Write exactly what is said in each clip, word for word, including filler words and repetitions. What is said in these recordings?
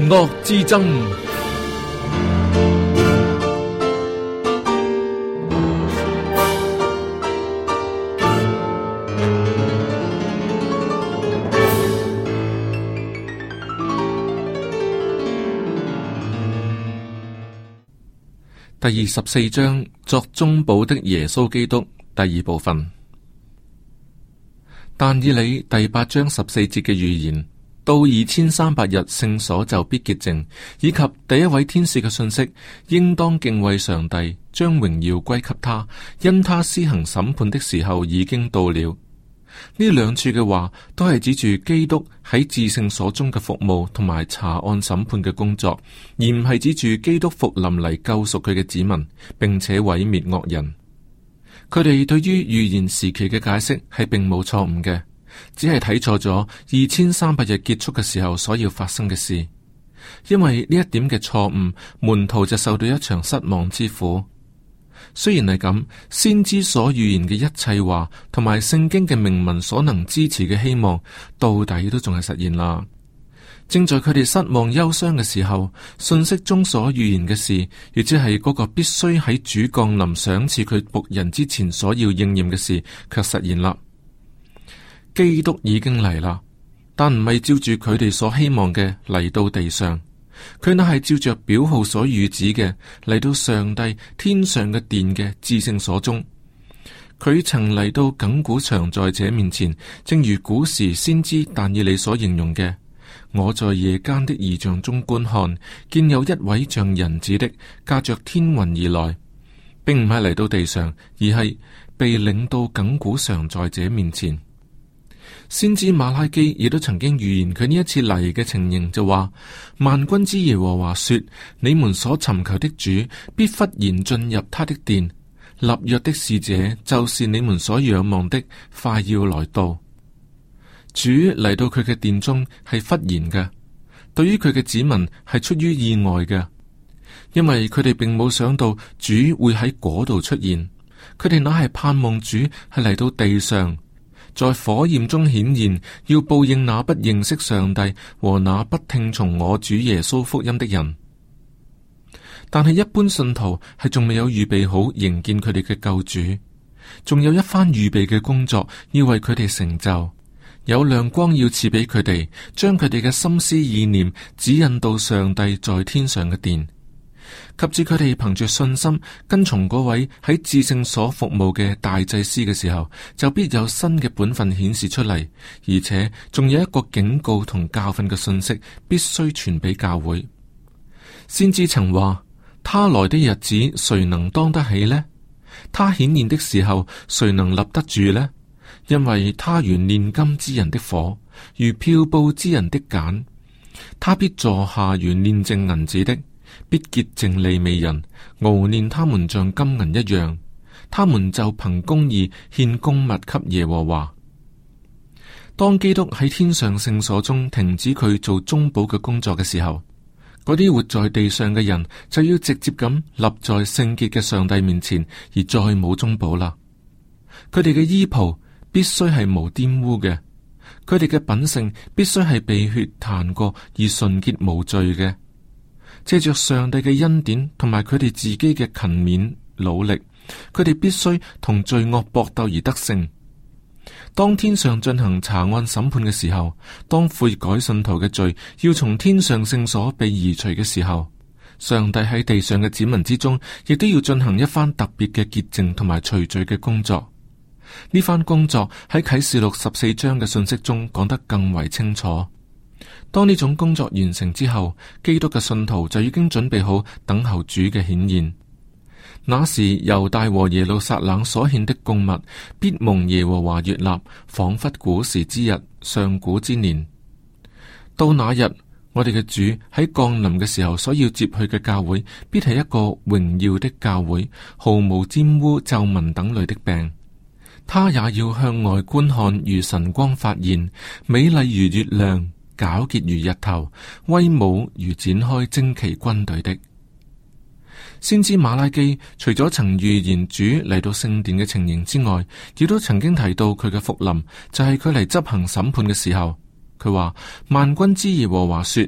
惡之爭。第二十四章，作中保的耶穌基督，第二部分。但以理第八章十四節嘅預言，到二千三百日聖所就必潔淨，以及第一位天使嘅信息，應當敬畏上帝，將榮耀歸給他，因他施行審判的時候已經到了。呢兩處嘅話都係指住基督喺至聖所中嘅服務同埋查案審判嘅工作，而唔係指住基督復臨嚟救贖佢嘅子民，並且毀滅惡人。佢哋對於預言時期嘅解釋係並冇錯誤嘅，只係睇錯咗二千三百日結束嘅時候所要發生嘅事。因為呢一點嘅錯誤，門徒就受到一場失望之苦。雖然係咁，先知所預言嘅一切話，同埋聖經嘅明文所能支持嘅希望，到底都仲係實現啦。正在佢哋失望憂傷嘅時候，信息中所預言嘅事，亦即係嗰個必須喺主降臨賞賜佢僕人之前所要應驗嘅事，卻實現啦。基督已經嚟啦，但唔係照住佢哋所希望嘅嚟到地上。佢那係照着表號所預指嘅嚟到上帝天上嘅殿嘅至聖所中。佢曾嚟到亙古常在者面前，正如古時先知但以理所形容嘅：我在夜間的異象中觀看，見有一位像人子的駕着天雲而來，並唔係嚟到地上，而係被領到亙古常在者面前。先知馬拉基亦都曾經預言佢呢一次嚟嘅情形，就話：萬軍之耶和華說，你們所尋求的主必忽然進入他的殿，立約的使者就是你們所仰望的，快要來到。主嚟到佢嘅殿中係忽然嘅，對於佢嘅子民係出於意外嘅，因為佢哋並冇想到主會喺嗰度出現，佢哋那係盼望主係嚟到地上，在火焰中顯現，要報應那不認識上帝和那不聽從我主耶穌福音的人。但係一般信徒係仲未有預備好迎見佢哋嘅救主，仲有一番預備嘅工作要為佢哋成就，有亮光要賜俾佢哋，將佢哋嘅心思意念指引到上帝在天上嘅殿。及至佢哋憑住信心跟從嗰位喺至聖所服務嘅大祭司嘅時候，就必有新嘅本分顯示出嚟，而且仲有一個警告同教訓嘅信息必須傳俾教會。先知曾話：他來的日子誰能當得起呢？他顯現的時候誰能立得住呢？因為他如煉金之人的火，如漂布之人的鹼，他必坐下如煉淨銀子的，必潔淨利未人，熬煉他們像金銀一樣，他們就憑公義獻供物給耶和華。當基督喺天上聖所中停止佢做中保嘅工作嘅時候，嗰啲活在地上嘅人就要直接咁立在聖潔嘅上帝面前，而再冇中保啦。佢哋嘅衣袍必須係無玷污嘅，佢哋嘅品性必須係被血彈過而純潔無罪嘅。借着上帝嘅恩典同埋佢哋自己嘅勤勉努力，佢哋必須同罪惡搏鬥而得勝。當天上進行查案審判嘅時候，當悔改信徒嘅罪要從天上聖所被移除嘅時候，上帝喺地上嘅子民之中，亦都要進行一番特別嘅潔淨同埋除罪嘅工作。呢番工作喺啟示錄十四章嘅信息中講得更為清楚。當呢種工作完成之後，基督嘅信徒就已經準備好等候主嘅顯現。那時猶大和耶路撒冷所獻的供物必蒙耶和華悅納，仿佛古時之日，上古之年。到那日，我哋嘅主喺降臨嘅時候所要接去嘅教會，必係一個榮耀的教會，毫無沾污、皺紋等類的病。他也要向外觀看，如晨光發現，美麗如月亮，皎潔如日頭，威武如展開旌旗軍隊的。先知馬拉基除咗曾預言主嚟到聖殿嘅情形之外，亦都曾經提到佢嘅復臨，就係佢嚟執行審判嘅時候。佢話：萬軍之耶和華說，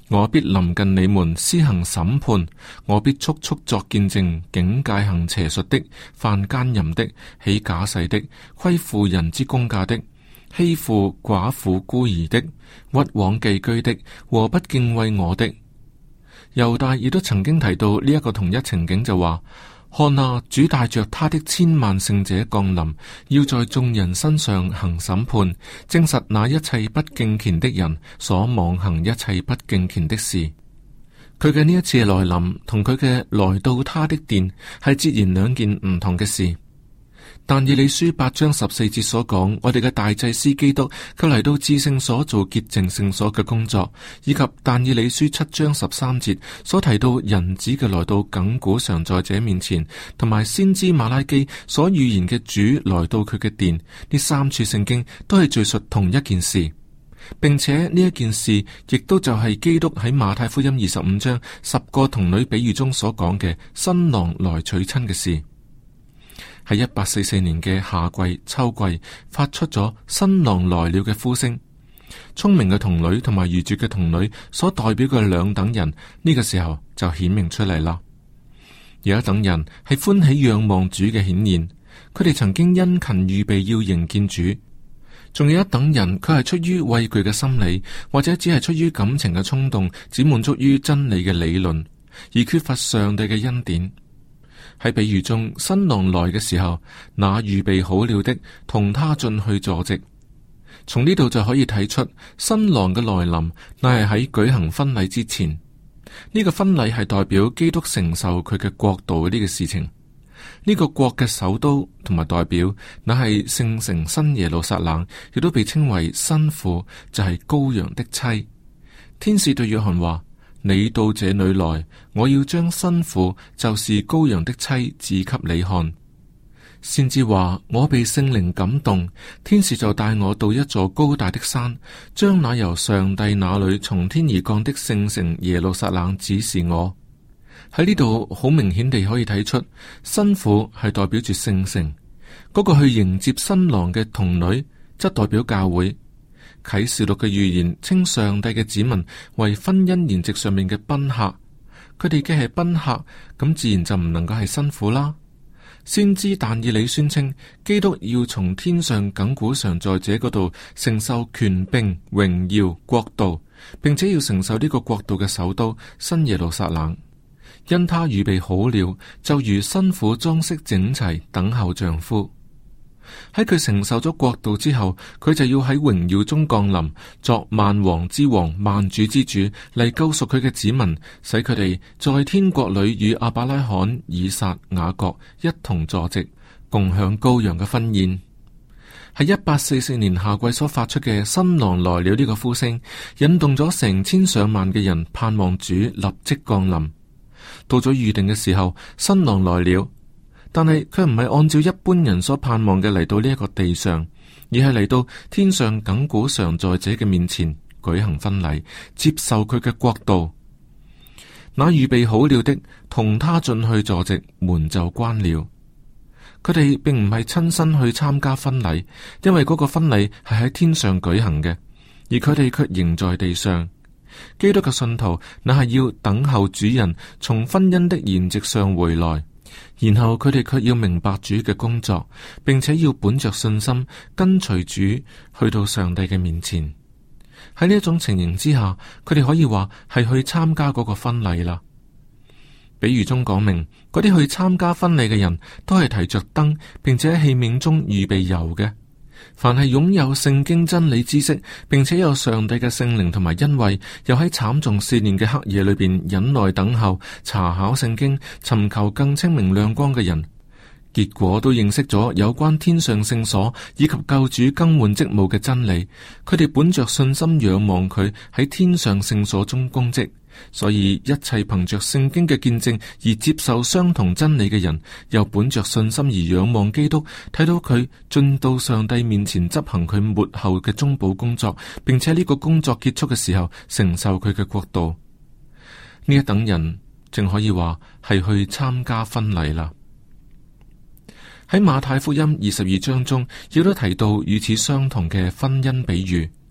我必臨近你們施行審判，我必速速作見證，警戒行邪術的、犯奸淫的、起假誓的、虧負人之公價的、欺負寡婦孤兒的、屈枉寄居的和不敬畏我的。猶大亦都曾經提到呢一個同一情景，就話：看啊，主帶着他的千萬聖者降臨，要在眾人身上行審判，證實那一切不敬虔的人所妄行一切不敬虔的事。佢嘅呢一次來臨同佢嘅來到他的殿係截然兩件唔同嘅事。但以理書八章十四節所講，我哋嘅大祭司基督佢嚟到至聖所做潔淨聖所嘅工作，以及但以理書七章十三節所提到人子嘅來到亙古常在者面前，同埋先知馬拉基所預言嘅主來到佢嘅殿，呢三處聖經都係敘述同一件事，並且呢一件事亦都就係基督喺馬太福音二十五章十個童女比喻中所講嘅新郎來娶親嘅事。喺一八四四年嘅夏季、秋季，發出咗新郎來了嘅呼聲。聰明嘅童女同埋愚拙嘅童女所代表嘅兩等人，呢個時候就顯明出嚟啦。有一等人係歡喜仰望主嘅顯現，佢哋曾經殷勤預備要迎見主；仲有一等人，佢係出於畏懼嘅心理，或者只係出於感情嘅衝動，只滿足於真理嘅理論，而缺乏上帝嘅恩典。喺比喻中，新郎來嘅時候，那預備好了的同他進去坐席。從呢度就可以睇出，新郎嘅來臨乃係喺舉行婚禮之前。呢、這個婚禮係代表基督承受佢嘅國度呢個事情。呢、這個國嘅首都同埋代表，乃係聖城新耶路撒冷，亦都被稱為新婦，就係、是、羔羊的妻。天使對約翰話：你到這裏來，我要將新婦，就是羔羊的妻，指給你看。先知話：我被聖靈感動，天使就帶我到一座高大的山，將那由上帝那裏從天而降的聖城耶路撒冷指示我。喺呢度好明顯地可以睇出，新婦係代表住聖城，嗰、那個去迎接新郎嘅童女，則代表教會。啟示錄嘅預言稱上帝嘅子民為婚姻筵席上面嘅賓客，佢哋嘅係賓客，咁自然就唔能夠係新婦啦。先知但以理宣稱，基督要從天上亙古常在者嗰度承受權柄、榮耀、國度，並且要承受呢個國度嘅首都新耶路撒冷，因他預備好了，就如新婦裝飾整齊，等候丈夫。喺佢承受咗國度之後，佢就要喺榮耀中降臨，作萬王之王、萬主之主，嚟救贖佢嘅子民，使佢哋在天國裏與亞伯拉罕、以撒、雅各一同坐席，共享羔羊嘅婚宴。喺一八四四年夏季所發出嘅新郎來了呢個呼聲，引動咗成千上萬嘅人盼望主立即降臨。到咗預定嘅時候，新郎來了。但係佢唔係按照一般人所盼望嘅嚟到呢一個地上，而係嚟到天上亙古常在者嘅面前舉行婚禮，接受佢嘅國度。那預備好了的同他進去坐席，門就關了。佢哋並唔係親身去參加婚禮，因為嗰個婚禮係喺天上舉行嘅，而佢哋卻仍在地上。基督嘅信徒那係要等候主人從婚姻的筵席上回來。然後佢哋卻要明白主嘅工作，並且要本着信心跟隨主去到上帝嘅面前。喺呢一種情形之下，佢哋可以話係去參加嗰個婚禮啦。比喻中講明，嗰啲去參加婚禮嘅人都係提着燈，並且喺器皿中預備油嘅。凡係擁有聖經真理知識，並且有上帝嘅聖靈同埋恩惠，又喺慘重試煉嘅黑夜裏邊忍耐等候、查考聖經、尋求更清明亮光嘅人，結果都認識咗有關天上聖所以及救主更換職務嘅真理。佢哋本着信心仰望佢喺天上聖所中供職。所以一切憑着聖經嘅見證而接受相同真理嘅人，又本着信心而仰望基督，睇到佢進到上帝面前執行佢末後嘅中保工作，並且呢個工作結束嘅時候承受佢嘅國度。呢一等人正可以話係去參加婚禮啦。喺馬太福音二十二章中，亦都提到與此相同嘅婚姻比喻。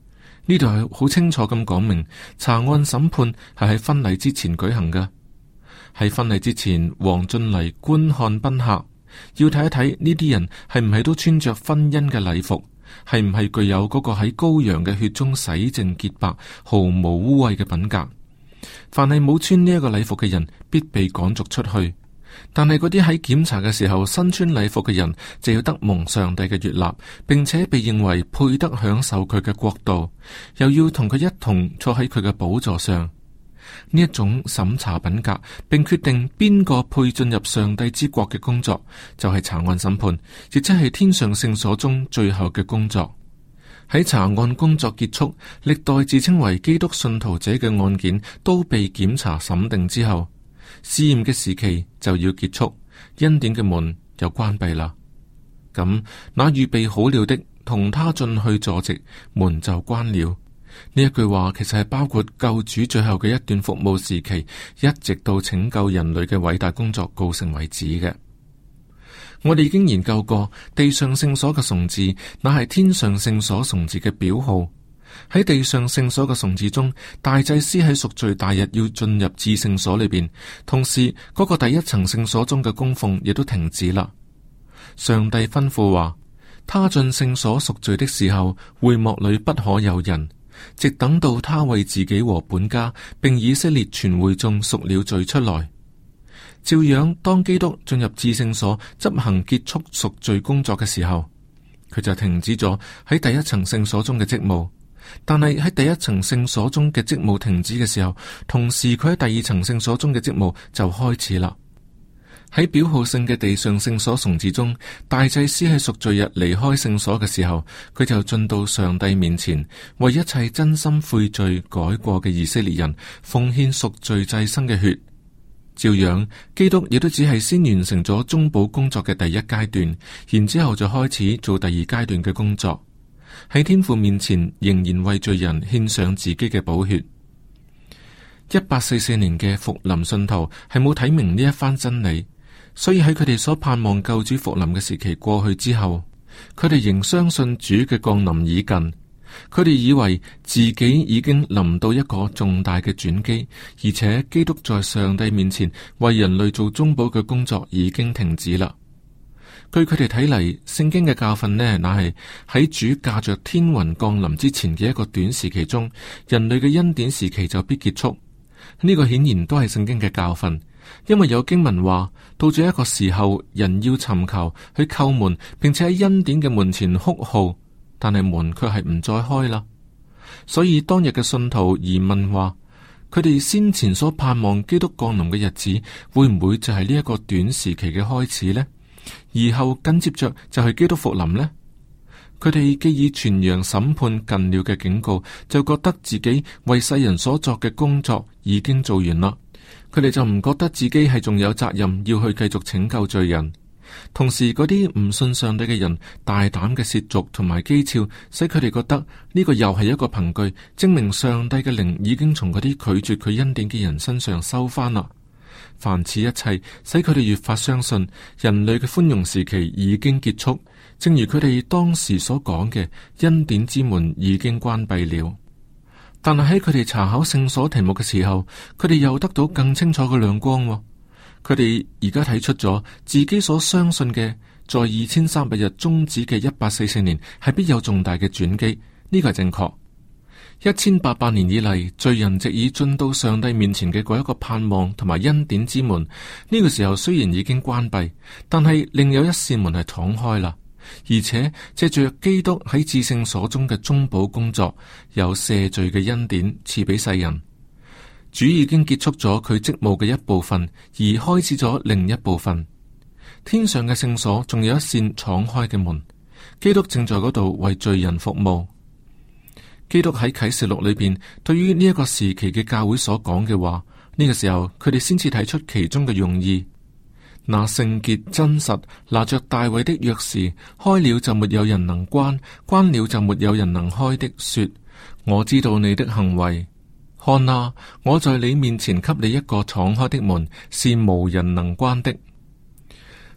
呢度係好清楚咁講明，查案審判係喺婚禮之前舉行嘅。喺婚禮之前，王進嚟觀看賓客，要睇一睇呢啲人係唔係都穿着婚姻嘅禮服，係唔係具有嗰個喺羔羊嘅血中洗淨潔白、毫無污穢嘅品格。凡係冇穿呢一個禮服嘅人，必被趕逐出去。但係嗰啲喺檢查嘅時候身穿禮服嘅人，就要得蒙上帝嘅悅納，並且被認為配得享受佢嘅國度，又要同佢一同坐喺佢嘅寶座上。呢一種審查品格，並決定邊個配進入上帝之國嘅工作，就係查案審判，亦即係天上聖所中最後嘅工作。喺查案工作結束，歷代自稱為基督信徒者嘅案件都被檢查審定之後，試驗嘅時期就要結束，恩典嘅門又關閉啦。咁那預備好了的，同他進去坐席，門就關了。呢一句話其實係包括救主最後嘅一段服務時期，一直到拯救人類嘅偉大工作告成為止嘅。我哋已經研究過地上聖所嘅崇祀，那係天上聖所崇祀嘅表號。喺地上聖所嘅崇祀中，大祭司喺贖罪大日要進入至聖所裏邊，同時嗰個第一層聖所中嘅供奉亦都停止啦。上帝吩咐話，他進聖所贖罪的時候，會幕裏不可有人，直等到他為自己和本家並以色列全會眾贖了罪出來。照樣，當基督進入至聖所執行結束贖罪工作嘅時候，佢就停止咗喺第一層聖所中嘅職務。但係喺第一層聖所中嘅職務停止嘅時候，同時佢喺第二層聖所中嘅職務就開始啦。喺表號性嘅地上聖所崇祀中，大祭司喺贖罪日離開聖所嘅時候，佢就進到上帝面前，為一切真心悔罪改過嘅以色列人奉獻贖罪祭牲嘅血。照樣，基督亦都只係先完成咗中保工作嘅第一階段，然之後就開始做第二階段嘅工作，喺天父面前仍然為罪人獻上自己嘅寶血。一八四四年嘅復臨信徒係冇睇明呢一番真理，所以喺佢哋所盼望救主復臨嘅時期過去之後，佢哋仍相信主嘅降臨已近。佢哋以為自己已經臨到一個重大嘅轉機，而且基督在上帝面前為人類做中保嘅工作已經停止啦。據佢哋睇嚟，聖經嘅教訓呢，乃係喺主駕着天雲降臨之前嘅一個短時期中，人類嘅恩典時期就必結束。呢個顯然都係聖經嘅教訓，因為有經文話，到咗一個時候，人要尋求去叩門，並且喺恩典嘅門前哭號。但係門卻係唔再開啦，所以當日嘅信徒疑問話，佢哋先前所盼望基督降臨嘅日子，會唔會就係呢一個短時期嘅開始呢？而後緊接着就係基督復臨呢？佢哋既以傳揚審判近了嘅警告，就覺得自己為世人所作嘅工作已經做完啦，佢哋就唔覺得自己係仲有責任要去繼續拯救罪人。同時，嗰啲唔信上帝嘅人大膽嘅褻瀆同埋譏誚，使佢哋覺得呢個又係一個憑據，證明上帝嘅靈已經從嗰啲拒絕佢恩典嘅人身上收翻啦。凡此一切，使佢哋越發相信人類嘅寬容時期已經結束，正如佢哋當時所講嘅，恩典之門已經關閉了。但係喺佢哋查考聖所題目嘅時候，佢哋又得到更清楚嘅亮光喎。佢哋而家睇出咗自己所相信嘅，在二千三百日終止嘅一八四四年係必有重大嘅轉機，呢個係正確。一千八百年以嚟，罪人直以進到上帝面前嘅嗰一個盼望同埋恩典之門，呢個時候雖然已經關閉，但係另有一扇門係敞開啦，而且借着基督喺至聖所中嘅中保工作，有赦罪嘅恩典賜俾世人。主已經結束咗佢職務嘅一部分，而開始咗另一部分。天上嘅聖所仲有一扇敞開嘅門，基督正在嗰度為罪人服務。基督喺啟示錄裏邊對於呢一個時期嘅教會所講嘅話，呢個時候佢哋先至睇出其中嘅用意。那聖潔真實拿着大衛的鑰匙，開了就沒有人能關，關了就沒有人能開的，說：我知道你的行為。看啊，我在你面前給你一個敞開的門，是無人能關的。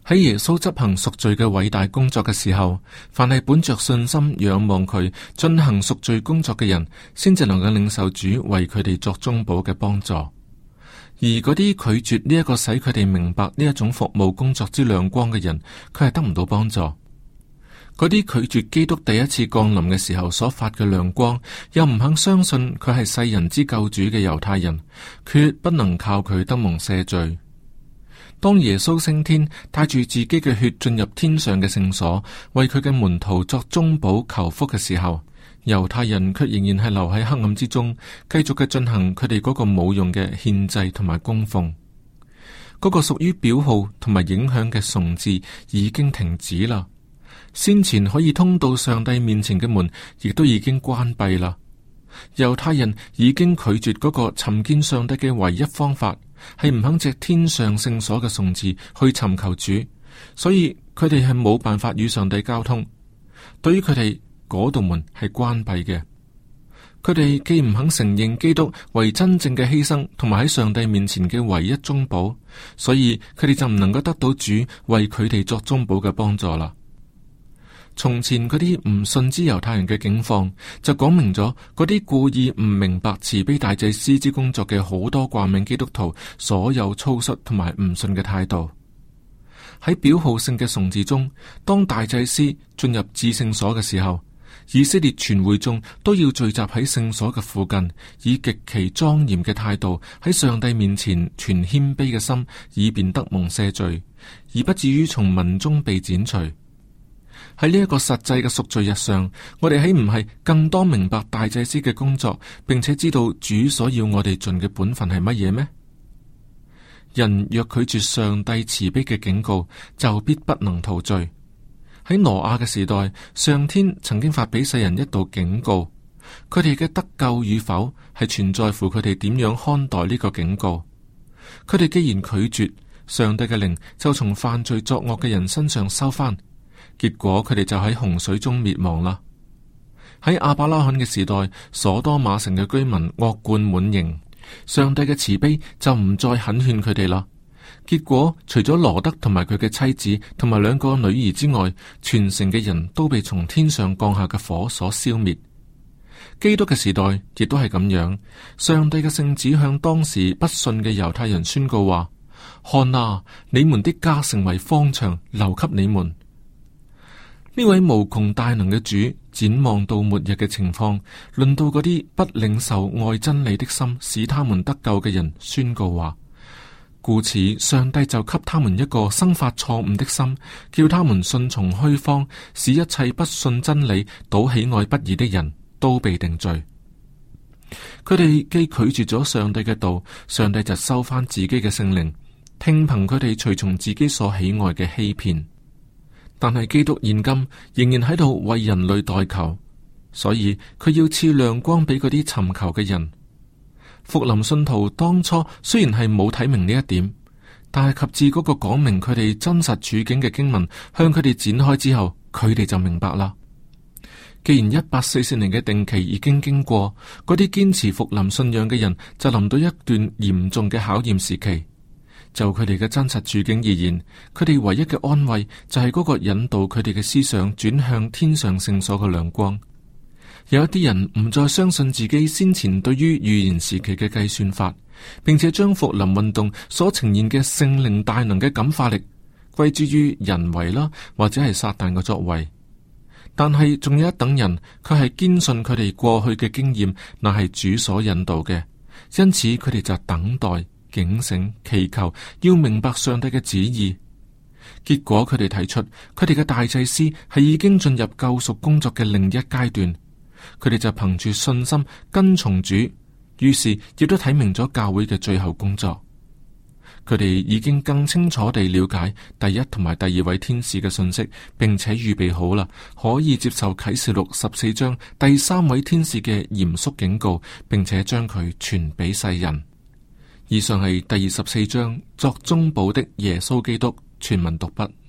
喺耶穌執行贖罪嘅偉大工作嘅時候，凡係本着信心仰望佢進行贖罪工作嘅人，先至能夠領受主為佢哋作中保嘅幫助。而嗰啲拒絕呢一個使佢哋明白呢一種服務工作之亮光嘅人，佢係得唔到幫助。嗰啲拒絕基督第一次降臨嘅時候所發嘅亮光，又唔肯相信佢係世人之救主嘅猶太人，決不能靠佢得蒙赦罪。當耶穌升天，帶住自己嘅血進入天上嘅聖所，為佢嘅門徒作中保求福嘅時候，猶太人卻仍然係留喺黑暗之中，繼續嘅進行佢哋嗰個冇用嘅獻祭同埋供奉。嗰個屬於表號同埋影響嘅崇祀已經停止啦。先前可以通到上帝面前嘅門，亦都已經關閉啦。猶太人已經拒絕嗰個尋見上帝嘅唯一方法，係唔肯借天上聖所嘅崇祀去尋求主，所以佢哋係冇辦法與上帝交通。對於佢哋，嗰道門係關閉嘅。佢哋既唔肯承認基督為真正嘅犧牲，同埋喺上帝面前嘅唯一中保，所以佢哋就唔能夠得到主為佢哋作中保嘅幫助啦。從前嗰啲唔信之猶太人嘅境況，就講明咗嗰啲故意唔明白慈悲大祭司之工作嘅好多掛名基督徒所有粗率同埋唔信嘅態度。喺表號性嘅崇祀中，當大祭司進入至聖所嘅時候，以色列全會眾都要聚集喺聖所嘅附近，以極其莊嚴嘅態度喺上帝面前存謙卑嘅心，以便得蒙赦罪，而不至於從民中被剪除。喺呢一個實際嘅贖罪日上，我哋豈唔係更多明白大祭司嘅工作，並且知道主所要我哋盡嘅本分係乜嘢咩？人若拒絕上帝慈悲嘅警告，就必不能逃罪。喺挪亞嘅時代，上天曾經發俾世人一道警告，佢哋嘅得救與否係全在乎佢哋點樣看待呢個警告。佢哋既然拒絕，上帝嘅靈就從犯罪作惡嘅人身上收翻。結果佢哋就喺洪水中滅亡啦。喺亞伯拉罕嘅時代，所多瑪城嘅居民惡貫滿盈，上帝嘅慈悲就唔再懇勸佢哋啦。結果除咗羅德同埋佢嘅妻子同埋兩個女兒之外，全城嘅人都被從天上降下嘅火所消滅。基督嘅時代亦都係咁樣，上帝嘅聖子向當時不信嘅猶太人宣告話：看啊，你們的家成為荒場，留給你們。呢位無窮大能嘅主展望到末日嘅情況，論到嗰啲不領受愛真理的心，使他們得救嘅人，宣告話：故此上帝就給他們一個生發錯誤的心，叫他們順從虛謊，使一切不信真理、倒喜愛不義的人都被定罪。佢哋既拒絕咗上帝嘅道，上帝就收翻自己嘅聖靈，聽憑佢哋隨從自己所喜愛嘅欺騙。但係基督現今仍然喺度為人類代求，所以佢要賜亮光俾嗰啲尋求嘅人。復臨信徒當初雖然係冇睇明呢一點，但係及至嗰個講明佢哋真實處境嘅經文向佢哋展開之後，佢哋就明白啦。既然一八四四年嘅定期已經經過，嗰啲堅持復臨信仰嘅人就臨到一段嚴重嘅考驗時期。就佢哋嘅真實處境而言，佢哋唯一嘅安慰就係嗰個引導佢哋嘅思想轉向天上聖所嘅亮光。有一啲人唔再相信自己先前對於預言時期嘅計算法，並且將復臨運動所呈現嘅聖靈大能嘅感化力歸之於人為啦，或者係撒旦嘅作為。但係仲有一等人，佢係堅信佢哋過去嘅經驗乃係主所引導嘅，因此佢哋就等待、警醒、祈求，要明白上帝嘅旨意。結果佢哋提出，佢哋嘅大祭司係已經進入救贖工作嘅另一階段，佢哋就憑住信心跟從主，於是亦都睇明咗教會嘅最後工作。佢哋已經更清楚地了解第一同埋第二位天使嘅信息，並且預備好啦，可以接受啟示錄十四章第三位天使嘅嚴肅警告，並且將佢傳俾世人。以上係第二十四章作中保的耶穌基督全文讀畢。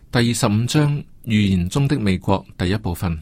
第二十五章預言中的美國第一部分。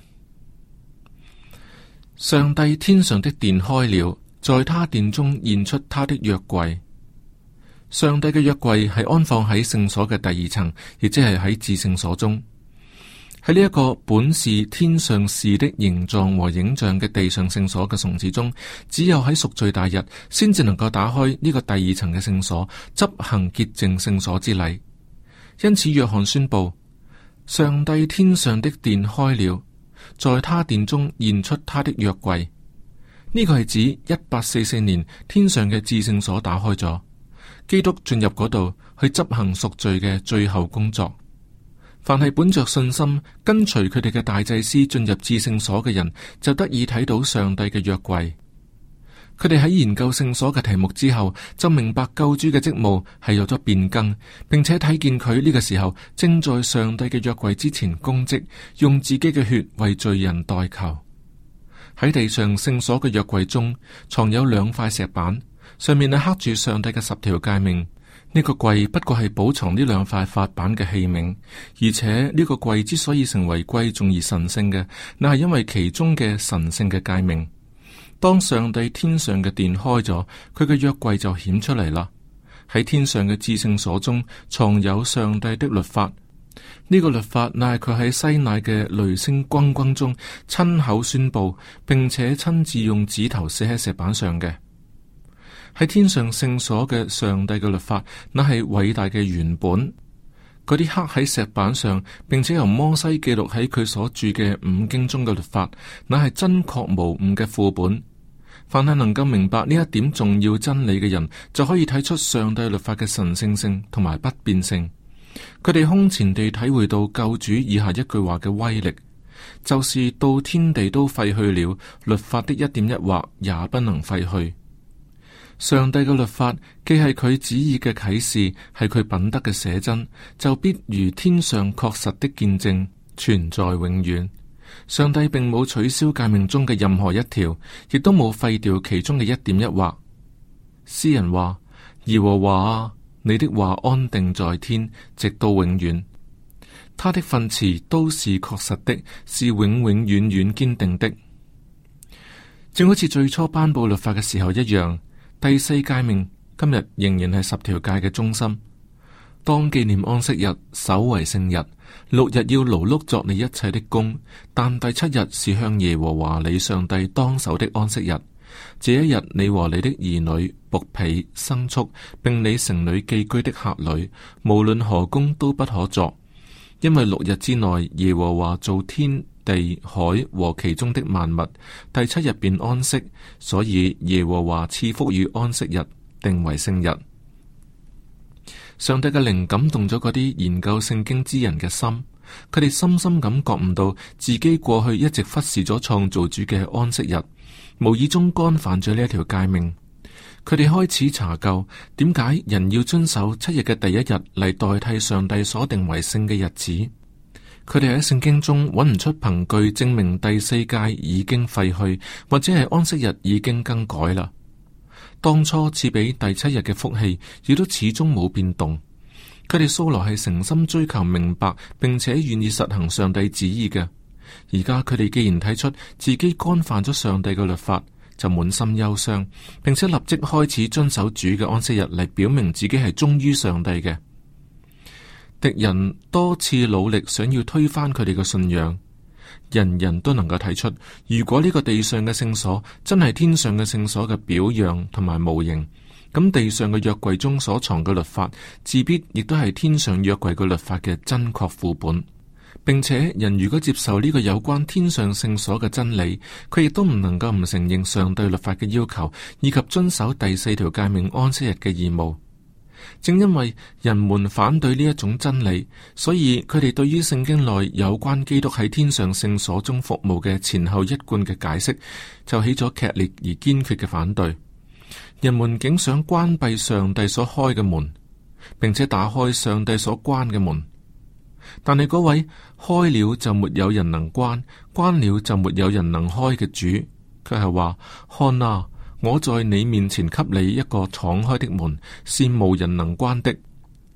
上帝天上的殿開了，在他殿中現出他的約櫃。上帝嘅約櫃係安放喺聖所嘅第二層，亦即係喺至聖所中。喺呢一個本是天上事的形狀和影像嘅地上聖所嘅崇祀中，只有喺贖罪大日先至能夠打開呢個第二層嘅聖所，執行潔淨聖所之禮。因此約翰宣布，上帝天上的殿開了，在他殿中現出他的約櫃。呢、這個係指一八四四年天上嘅至聖所打開咗，基督進入嗰度去執行贖罪嘅最後工作。凡係本着信心跟隨佢哋嘅大祭司進入至聖所嘅人，就得以睇到上帝嘅約櫃。佢哋喺研究聖所嘅題目之後，就明白救主嘅職務係有咗變更，並且睇見佢呢個時候正在上帝嘅約櫃之前供職，用自己嘅血為罪人代求。喺地上聖所嘅約櫃中藏有兩塊石板，上面係刻住上帝嘅十條誡命。呢個櫃不過係保藏呢兩塊法版嘅器皿，而且呢個櫃之所以成為貴重而神聖嘅，那係因為其中嘅神聖嘅誡命。當上帝天上嘅殿開咗，佢嘅約櫃就顯出嚟啦。喺天上嘅至聖所中藏有上帝的律法，呢、這個律法乃係佢喺西乃嘅雷聲轟轟中親口宣布，並且親自用指頭寫喺石板上嘅。喺天上聖所嘅上帝嘅律法，那係偉大嘅原本。嗰啲刻喺石板上，並且由摩西記錄喺佢所著嘅五經中嘅律法，那係真確無誤嘅副本。凡係能夠明白呢一點重要真理嘅人，就可以睇出上帝律法嘅神聖性同埋不變性。佢哋空前地體會到救主以下一句話嘅威力，就是到天地都廢去了，律法的一點一畫也不能廢去。上帝嘅律法既係佢旨意嘅啟示，係佢品德嘅寫真，就必如天上確實的見證，存在永遠。上帝並冇取消誡命中嘅任何一條，亦都冇廢掉其中嘅一點一畫。詩人話：耶和華啊，你的話安定在天，直到永遠。他的訓詞都是確實的，是永永遠遠堅定的。正好似最初頒布律法嘅時候一樣。第四誡命今日仍然係十條誡嘅中心。當紀念安息日，守為聖日。六日要勞碌作你一切的工，但第七日是向耶和華你上帝當守的安息日。這一日，你和你的兒女、僕婢、牲畜，並你城裏寄居的客旅，無論何工都不可作，因為六日之內，耶和華造天地海和其中的萬物，第七日便安息，所以耶和華賜福與安息日，定為聖日。上帝嘅靈感動咗嗰啲研究聖經之人嘅心，佢哋深深咁覺悟到自己過去一直忽視咗創造主嘅安息日，無意中干犯咗呢一條誡命。佢哋開始查究點解人要遵守七日嘅第一日嚟代替上帝所定為聖嘅日子。佢哋喺聖經中揾唔出憑據證明第四誡已經廢去，或者係安息日已經更改啦。當初賜俾第七日嘅福氣，亦都始終冇變動。佢哋素來係誠心追求明白，並且願意實行上帝旨意嘅。而家佢哋既然睇出自己干犯咗上帝嘅律法，就滿心憂傷，並且立即開始遵守主嘅安息日嚟表明自己係忠於上帝嘅。敵人多次努力想要推翻佢哋嘅信仰。人人都能夠睇出，如果呢個地上嘅聖所真係天上嘅聖所嘅表樣同埋模型，咁地上嘅約櫃中所藏嘅律法，自必亦都係天上約櫃嘅律法嘅真確副本。並且人如果接受呢個有關天上聖所嘅真理，佢亦都唔能夠唔承認上帝律法嘅要求，以及遵守第四條誡命安息日嘅義務。正因為人們反對呢一種真理，所以佢哋對於聖經內有關基督喺天上聖所中服務嘅前後一貫嘅解釋，就起咗劇烈而堅決嘅反對。人們竟想關閉上帝所開嘅門，並且打開上帝所關嘅門。但係嗰位開了就沒有人能關，關了就沒有人能開嘅主，佢係話：看啊！我在你面前給你一個敞開的門，是無人能關的。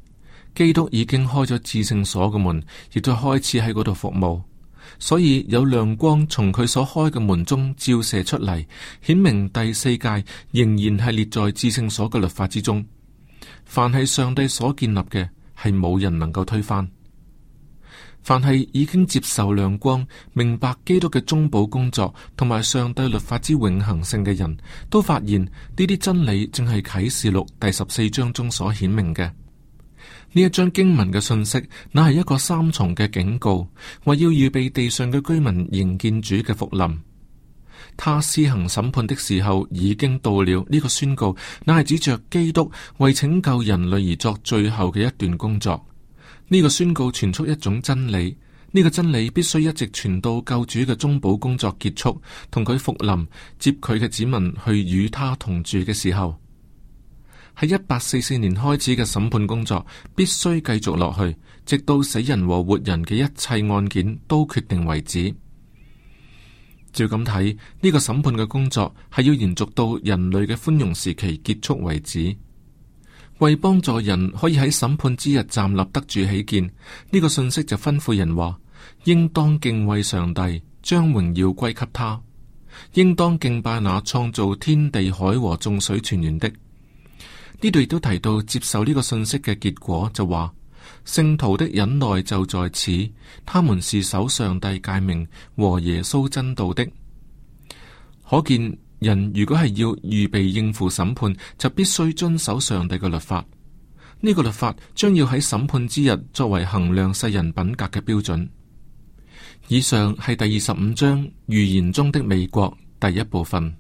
基督已經開咗至聖所嘅門，亦都開始喺嗰度服務。所以有亮光從佢所開嘅門中照射出嚟，顯明第四誡仍然係列在至聖所嘅律法之中。凡係上帝所建立嘅，係冇人能夠推翻。凡係已經接受亮光、明白基督嘅中保工作同埋上帝律法之永恆性嘅人，都發現呢啲真理正係啟示錄第十四章中所顯明嘅。呢一章經文嘅信息，乃係一個三重嘅警告，為要預備地上嘅居民迎見主嘅復臨。他施行審判的時候已經到了。呢個宣告，乃係指着基督為拯救人類而作最後嘅一段工作。呢個宣告傳出一種真理，呢個真理必須一直傳到救主嘅中保工作結束，同佢復臨接佢嘅子民去與他同住嘅時候。喺一八四四年開始嘅審判工作必須繼續落去，直到死人和活人嘅一切案件都決定為止。照咁睇，呢個審判嘅工作係要延續到人類嘅寬容時期結束為止。為幫助人可以喺審判之日站立得住起見，呢個信息就吩咐人話：應當敬畏上帝，將榮耀歸給他；應當敬拜那創造天地海和眾水泉源的。呢度亦都提到接受呢個信息嘅結果，就話聖徒的忍耐就在此，他們是守上帝誡命和耶穌真道的。可見人如果係要預備應付審判，就必須遵守上帝嘅律法。呢個律法將要喺審判之日作為衡量世人品格嘅標準。以上係第二十五章預言中的美國第一部分。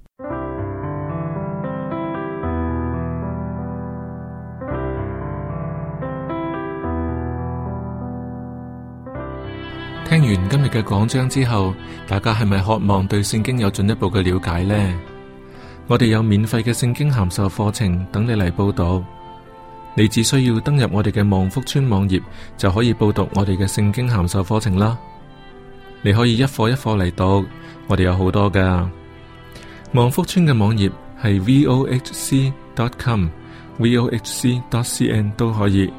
聽完今日嘅講章之後，大家係咪渴望對聖經有進一步嘅了解呢？我哋有免費嘅聖經函授課程等你嚟報讀。你只需要登入我哋嘅望福村網頁，就可以報讀我哋嘅聖經函授課程啦。你可以一課一課嚟讀，我哋有好多噶。望福村嘅網頁係 vohc dot com、vohc dot cn 都可以。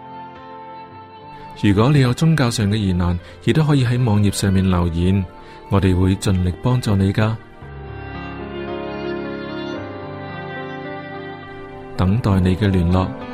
如果你有宗教上嘅疑難，亦都可以喺網頁上面留言，我哋會盡力幫助你噶。等待你嘅聯絡。